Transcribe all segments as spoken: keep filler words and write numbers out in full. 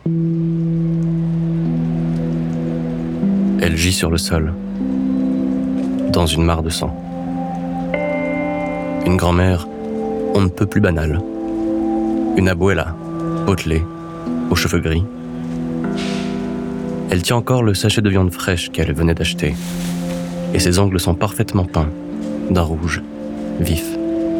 Elle gît sur le sol, dans une mare de sang. Une grand-mère, on ne peut plus banale. Une abuela, potelée, aux cheveux gris. Elle tient encore le sachet de viande fraîche qu'elle venait d'acheter, et ses ongles sont parfaitement peints, d'un rouge vif.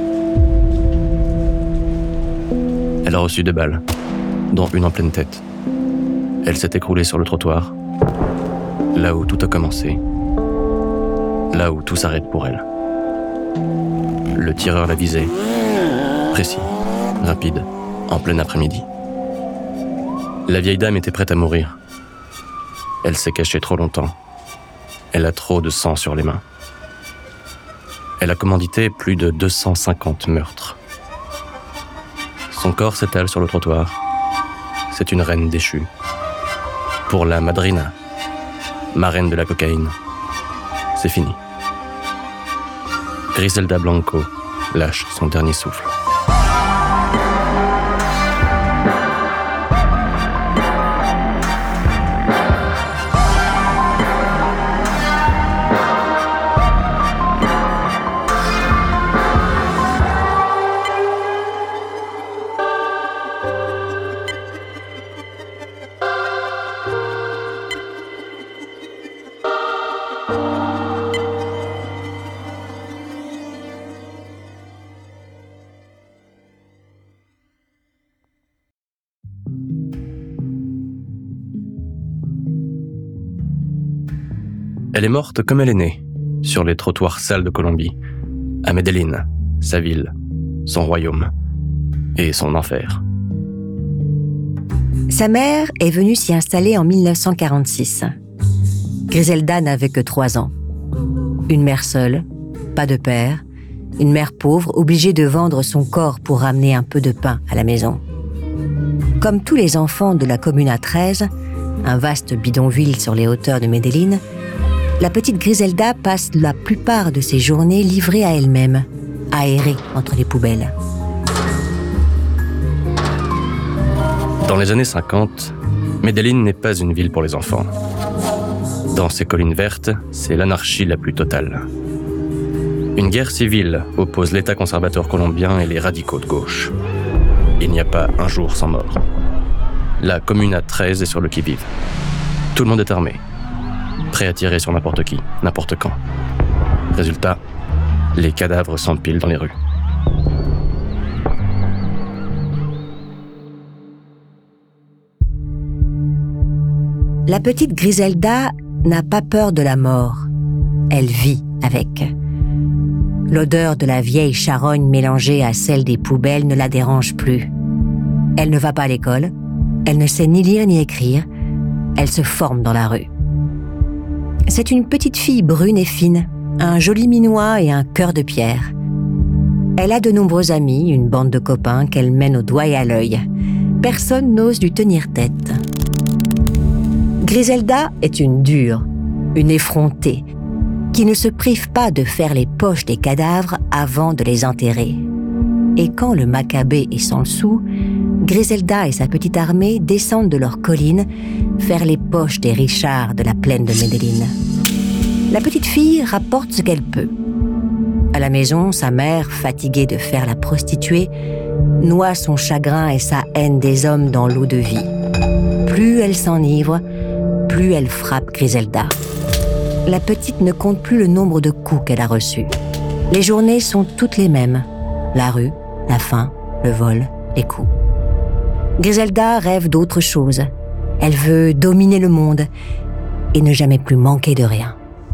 Elle a reçu deux balles, dont une en pleine tête. Elle s'est écroulée sur le trottoir, là où tout a commencé, là où tout s'arrête pour elle. Le tireur l'a visée, précis, rapide, en plein après-midi. La vieille dame était prête à mourir. Elle s'est cachée trop longtemps. Elle a trop de sang sur les mains. Elle a commandité plus de deux cent cinquante meurtres. Son corps s'étale sur le trottoir. C'est une reine déchue. Pour la madrina, marraine de la cocaïne, c'est fini. Griselda Blanco lâche son dernier souffle. Elle est morte comme elle est née, sur les trottoirs sales de Colombie, à Medellín, sa ville, son royaume et son enfer. Sa mère est venue s'y installer en dix-neuf cent quarante-six. Griselda n'avait que trois ans. Une mère seule, pas de père, une mère pauvre obligée de vendre son corps pour ramener un peu de pain à la maison. Comme tous les enfants de la Comuna treize, un vaste bidonville sur les hauteurs de Medellín, la petite Griselda passe la plupart de ses journées livrée à elle-même, aérée entre les poubelles. Dans les années cinquante, Medellín n'est pas une ville pour les enfants. Dans ces collines vertes, c'est l'anarchie la plus totale. Une guerre civile oppose l'État conservateur colombien et les radicaux de gauche. Il n'y a pas un jour sans mort. La Comuna treize est sur le qui-vive. Tout le monde est armé, prêt à tirer sur n'importe qui, n'importe quand. Résultat, les cadavres s'empilent dans les rues. La petite Griselda n'a pas peur de la mort. Elle vit avec. L'odeur de la vieille charogne mélangée à celle des poubelles ne la dérange plus. Elle ne va pas à l'école, elle ne sait ni lire ni écrire, elle se forme dans la rue. C'est une petite fille brune et fine, un joli minois et un cœur de pierre. Elle a de nombreux amis, une bande de copains qu'elle mène au doigt et à l'œil. Personne n'ose lui tenir tête. Griselda est une dure, une effrontée, qui ne se prive pas de faire les poches des cadavres avant de les enterrer. Et quand le Macabé est sans le sou, Griselda et sa petite armée descendent de leur colline faire les poches des Richards de la plaine de Medellín. La petite fille rapporte ce qu'elle peut. À la maison, sa mère, fatiguée de faire la prostituée, noie son chagrin et sa haine des hommes dans l'eau de vie. Plus elle s'enivre, plus elle frappe Griselda. La petite ne compte plus le nombre de coups qu'elle a reçus. Les journées sont toutes les mêmes. La rue, la faim, le vol, les coups. Griselda rêve d'autre chose. Elle veut dominer le monde et ne jamais plus manquer de rien.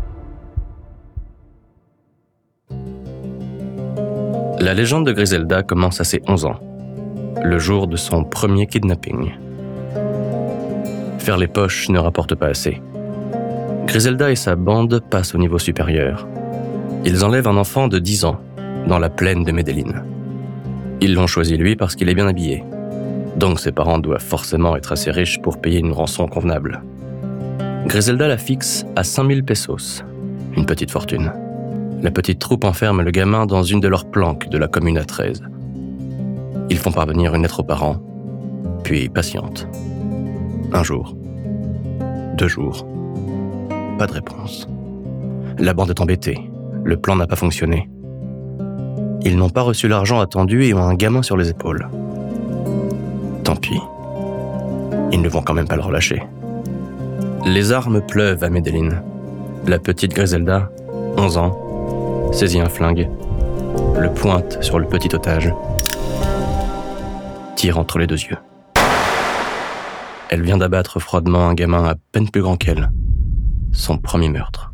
La légende de Griselda commence à ses onze ans, le jour de son premier kidnapping. Faire les poches ne rapporte pas assez. Griselda et sa bande passent au niveau supérieur. Ils enlèvent un enfant de dix ans, dans la plaine de Medellín. Ils l'ont choisi lui parce qu'il est bien habillé. Donc ses parents doivent forcément être assez riches pour payer une rançon convenable. Griselda la fixe à cinq mille pesos, une petite fortune. La petite troupe enferme le gamin dans une de leurs planques de la Comuna treize. Ils font parvenir une lettre aux parents, puis patientent. Un jour. Deux jours. Pas de réponse. La bande est embêtée. Le plan n'a pas fonctionné. Ils n'ont pas reçu l'argent attendu et ont un gamin sur les épaules. Tant pis. Ils ne vont quand même pas le relâcher. Les armes pleuvent à Medellín. La petite Griselda, onze ans, saisit un flingue, le pointe sur le petit otage, tire entre les deux yeux. Elle vient d'abattre froidement un gamin à peine plus grand qu'elle. Son premier meurtre.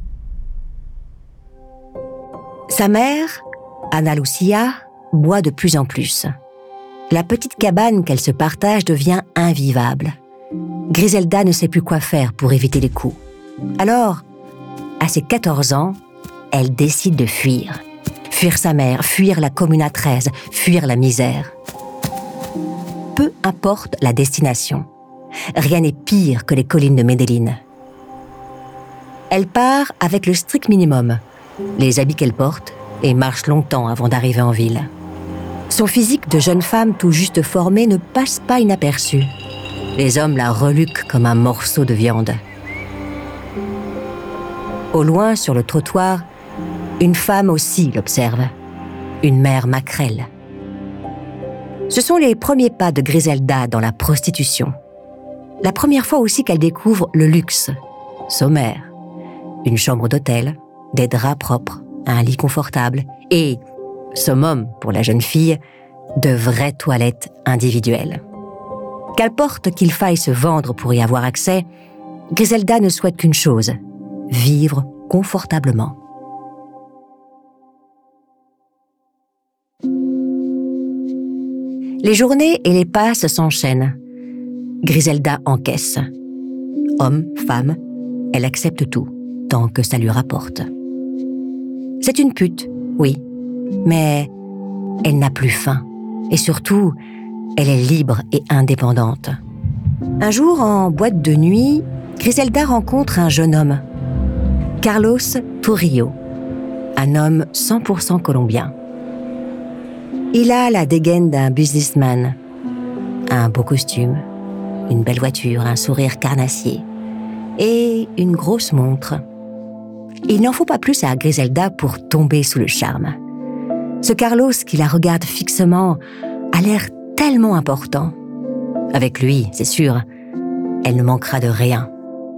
Sa mère, Ana Lucia, boit de plus en plus. La petite cabane qu'elle se partage devient invivable. Griselda ne sait plus quoi faire pour éviter les coups. Alors, à ses quatorze ans, elle décide de fuir. Fuir sa mère, fuir la Comuna treize, fuir la misère. Peu importe la destination. Rien n'est pire que les collines de Medellín. Elle part avec le strict minimum, les habits qu'elle porte, et marche longtemps avant d'arriver en ville. Son physique de jeune femme tout juste formée ne passe pas inaperçu. Les hommes la reluquent comme un morceau de viande. Au loin, sur le trottoir, une femme aussi l'observe. Une mère maquerelle. Ce sont les premiers pas de Griselda dans la prostitution. La première fois aussi qu'elle découvre le luxe, sommaire. Une chambre d'hôtel, des draps propres, un lit confortable et, summum pour la jeune fille, de vraies toilettes individuelles. Qu'importe qu'il faille se vendre pour y avoir accès, Griselda ne souhaite qu'une chose, vivre confortablement. Les journées et les passes s'enchaînent. Griselda encaisse. Homme, femme, elle accepte tout, tant que ça lui rapporte. C'est une pute, oui, mais elle n'a plus faim. Et surtout, elle est libre et indépendante. Un jour, en boîte de nuit, Griselda rencontre un jeune homme, Carlos Trujillo, un homme cent pour cent colombien. Il a la dégaine d'un businessman, un beau costume, une belle voiture, un sourire carnassier et une grosse montre. Il n'en faut pas plus à Griselda pour tomber sous le charme. Ce Carlos qui la regarde fixement a l'air tellement important. Avec lui, c'est sûr, elle ne manquera de rien.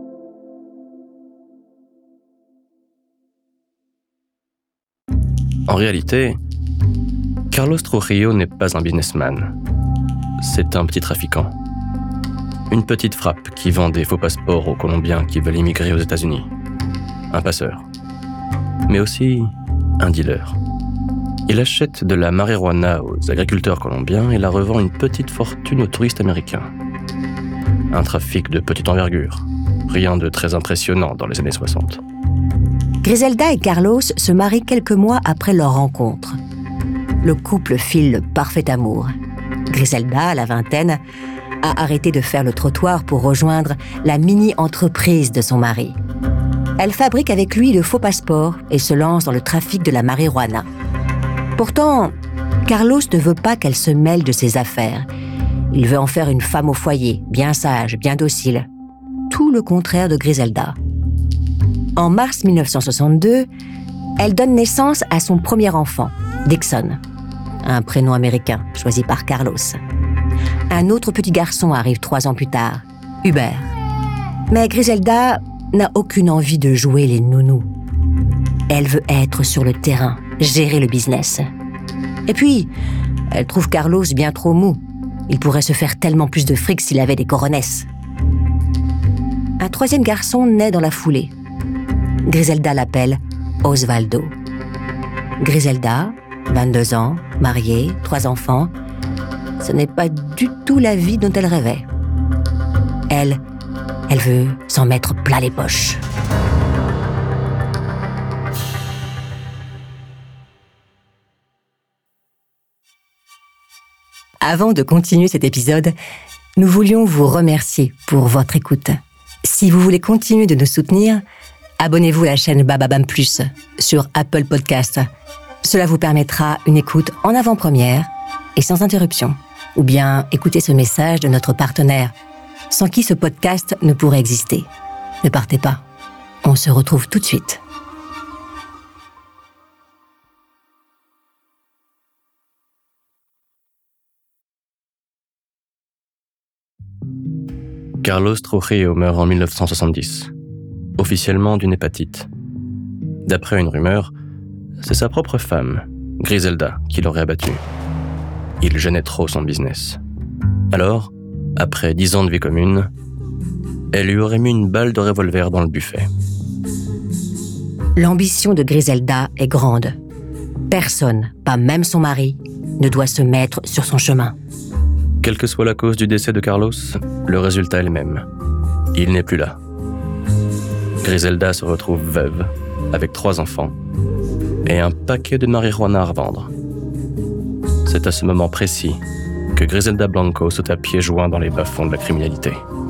En réalité, Carlos Trujillo n'est pas un businessman. C'est un petit trafiquant. Une petite frappe qui vend des faux passeports aux Colombiens qui veulent immigrer aux États-Unis. Un passeur. Mais aussi un dealer. Il achète de la marijuana aux agriculteurs colombiens et la revend une petite fortune aux touristes américains. Un trafic de petite envergure. Rien de très impressionnant dans les années soixante. Griselda et Carlos se marient quelques mois après leur rencontre. Le couple file le parfait amour. Griselda, à la vingtaine, a arrêté de faire le trottoir pour rejoindre la mini-entreprise de son mari. Elle fabrique avec lui de faux passeports et se lance dans le trafic de la marijuana. Pourtant, Carlos ne veut pas qu'elle se mêle de ses affaires. Il veut en faire une femme au foyer, bien sage, bien docile. Tout le contraire de Griselda. En mars dix-neuf cent soixante-deux, elle donne naissance à son premier enfant, Dixon, un prénom américain choisi par Carlos. Un autre petit garçon arrive trois ans plus tard, Hubert. Mais Griselda n'a aucune envie de jouer les nounous. Elle veut être sur le terrain, gérer le business. Et puis, elle trouve Carlos bien trop mou. Il pourrait se faire tellement plus de fric s'il avait des coronesses. Un troisième garçon naît dans la foulée. Griselda l'appelle Osvaldo. Griselda, vingt-deux ans, mariée, trois enfants. Ce n'est pas du tout la vie dont elle rêvait. Elle, elle veut s'en mettre plein les poches. Avant de continuer cet épisode, nous voulions vous remercier pour votre écoute. Si vous voulez continuer de nous soutenir, abonnez-vous à la chaîne Bababam Plus sur Apple Podcasts. Cela vous permettra une écoute en avant-première et sans interruption. Ou bien écoutez ce message de notre partenaire, sans qui ce podcast ne pourrait exister. Ne partez pas, on se retrouve tout de suite. Carlos Trujillo meurt en dix-neuf cent soixante-dix, officiellement d'une hépatite. D'après une rumeur, c'est sa propre femme, Griselda, qui l'aurait abattu. Il gênait trop son business. Alors, après dix ans de vie commune, elle lui aurait mis une balle de revolver dans le buffet. L'ambition de Griselda est grande. Personne, pas même son mari, ne doit se mettre sur son chemin. Quelle que soit la cause du décès de Carlos, le résultat est le même. Il n'est plus là. Griselda se retrouve veuve, avec trois enfants, et un paquet de marijuana à revendre. C'est à ce moment précis que Griselda Blanco saute à pieds joints dans les bas-fonds de la criminalité.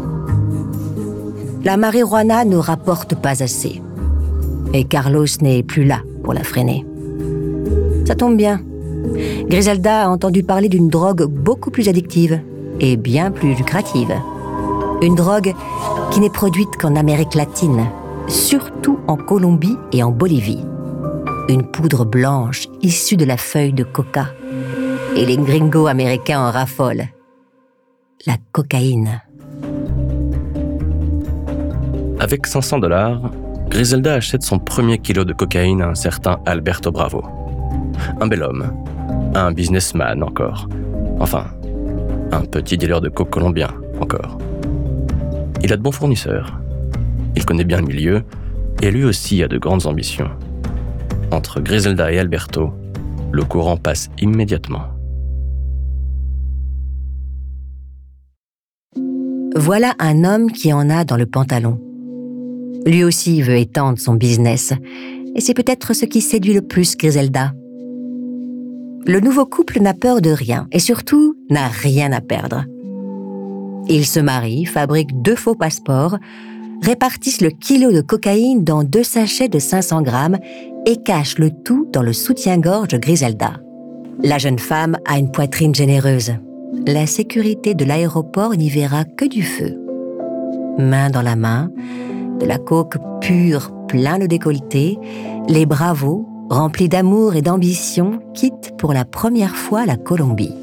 La marijuana ne rapporte pas assez. Et Carlos n'est plus là pour la freiner. Ça tombe bien. Griselda a entendu parler d'une drogue beaucoup plus addictive et bien plus lucrative. Une drogue qui n'est produite qu'en Amérique latine, surtout en Colombie et en Bolivie. Une poudre blanche issue de la feuille de coca. Et les gringos américains en raffolent. La cocaïne. Avec cinq cents dollars, Griselda achète son premier kilo de cocaïne à un certain Alberto Bravo. Un bel homme, un businessman encore. Enfin, un petit dealer de coke colombien encore. Il a de bons fournisseurs. Il connaît bien le milieu et lui aussi a de grandes ambitions. Entre Griselda et Alberto, le courant passe immédiatement. Voilà un homme qui en a dans le pantalon. Lui aussi veut étendre son business, et c'est peut-être ce qui séduit le plus Griselda. Le nouveau couple n'a peur de rien, et surtout n'a rien à perdre. Ils se marient, fabriquent deux faux passeports, répartissent le kilo de cocaïne dans deux sachets de cinq cents grammes et cachent le tout dans le soutien-gorge de Griselda. La jeune femme a une poitrine généreuse. La sécurité de l'aéroport n'y verra que du feu. Main dans la main, de la coke pure plein le décolleté, les bravos, remplis d'amour et d'ambition, quittent pour la première fois la Colombie.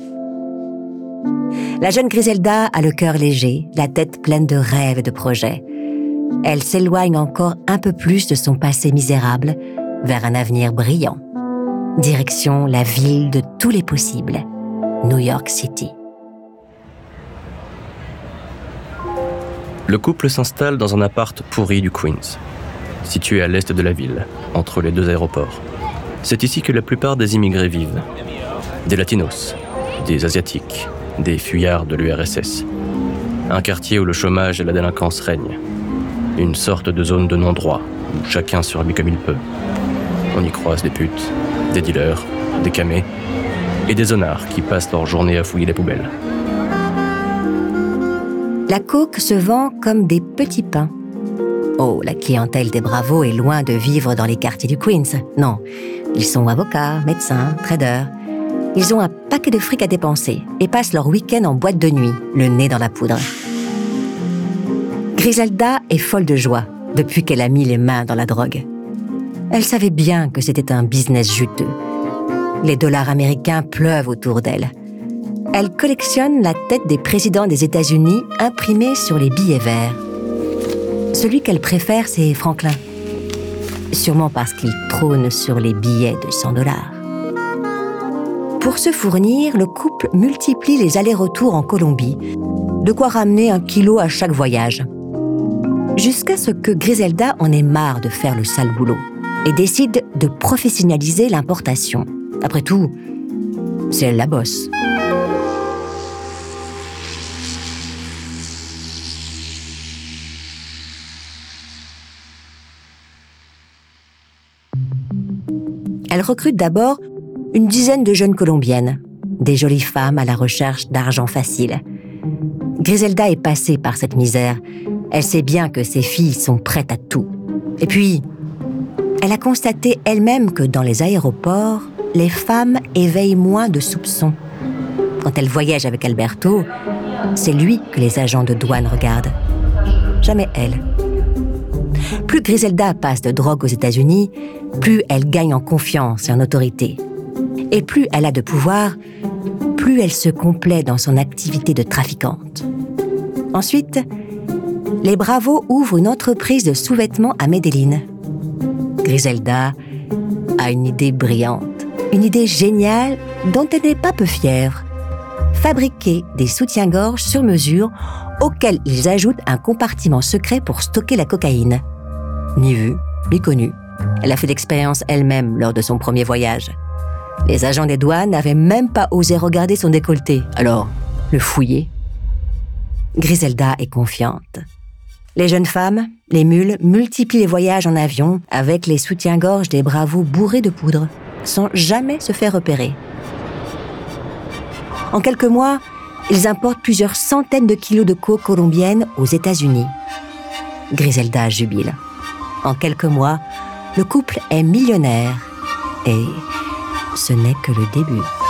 La jeune Griselda a le cœur léger, la tête pleine de rêves et de projets. Elle s'éloigne encore un peu plus de son passé misérable vers un avenir brillant. Direction la ville de tous les possibles, New York City. Le couple s'installe dans un appart pourri du Queens, situé à l'est de la ville, entre les deux aéroports. C'est ici que la plupart des immigrés vivent. Des latinos, des asiatiques, des fuyards de l'U R S S. Un quartier où le chômage et la délinquance règnent. Une sorte de zone de non-droit, où chacun survit comme il peut. On y croise des putes, des dealers, des camés et des zonards qui passent leur journée à fouiller les poubelles. La coke se vend comme des petits pains. Oh, la clientèle des bravos est loin de vivre dans les quartiers du Queens. Non, ils sont avocats, médecins, traders. Ils ont un paquet de fric à dépenser et passent leur week-end en boîte de nuit, le nez dans la poudre. Griselda est folle de joie depuis qu'elle a mis les mains dans la drogue. Elle savait bien que c'était un business juteux. Les dollars américains pleuvent autour d'elle. Elle collectionne la tête des présidents des États-Unis imprimée sur les billets verts. Celui qu'elle préfère, c'est Franklin. Sûrement parce qu'il trône sur les billets de cent dollars. Pour se fournir, le couple multiplie les allers-retours en Colombie, de quoi ramener un kilo à chaque voyage. Jusqu'à ce que Griselda en ait marre de faire le sale boulot et décide de professionnaliser l'importation. Après tout, c'est elle la bosse. Elle recrute d'abord une dizaine de jeunes Colombiennes, des jolies femmes à la recherche d'argent facile. Griselda est passée par cette misère. Elle sait bien que ses filles sont prêtes à tout. Et puis, elle a constaté elle-même que dans les aéroports, les femmes éveillent moins de soupçons. Quand elle voyage avec Alberto, c'est lui que les agents de douane regardent. Jamais elle. Plus Griselda passe de drogue aux États-Unis, plus elle gagne en confiance et en autorité. Et plus elle a de pouvoir, plus elle se complaît dans son activité de trafiquante. Ensuite, les Bravos ouvrent une entreprise de sous-vêtements à Medellín. Griselda a une idée brillante, une idée géniale dont elle n'est pas peu fière. Fabriquer des soutiens-gorge sur mesure auxquels ils ajoutent un compartiment secret pour stocker la cocaïne. Ni vue, ni connue. Elle a fait l'expérience elle-même lors de son premier voyage. Les agents des douanes n'avaient même pas osé regarder son décolleté, alors le fouiller. Griselda est confiante. Les jeunes femmes, les mules, multiplient les voyages en avion avec les soutiens-gorge des Bravos bourrés de poudre, sans jamais se faire repérer. En quelques mois, ils importent plusieurs centaines de kilos de coke colombienne aux États-Unis. Griselda jubile. En quelques mois, le couple est millionnaire. Et ce n'est que le début.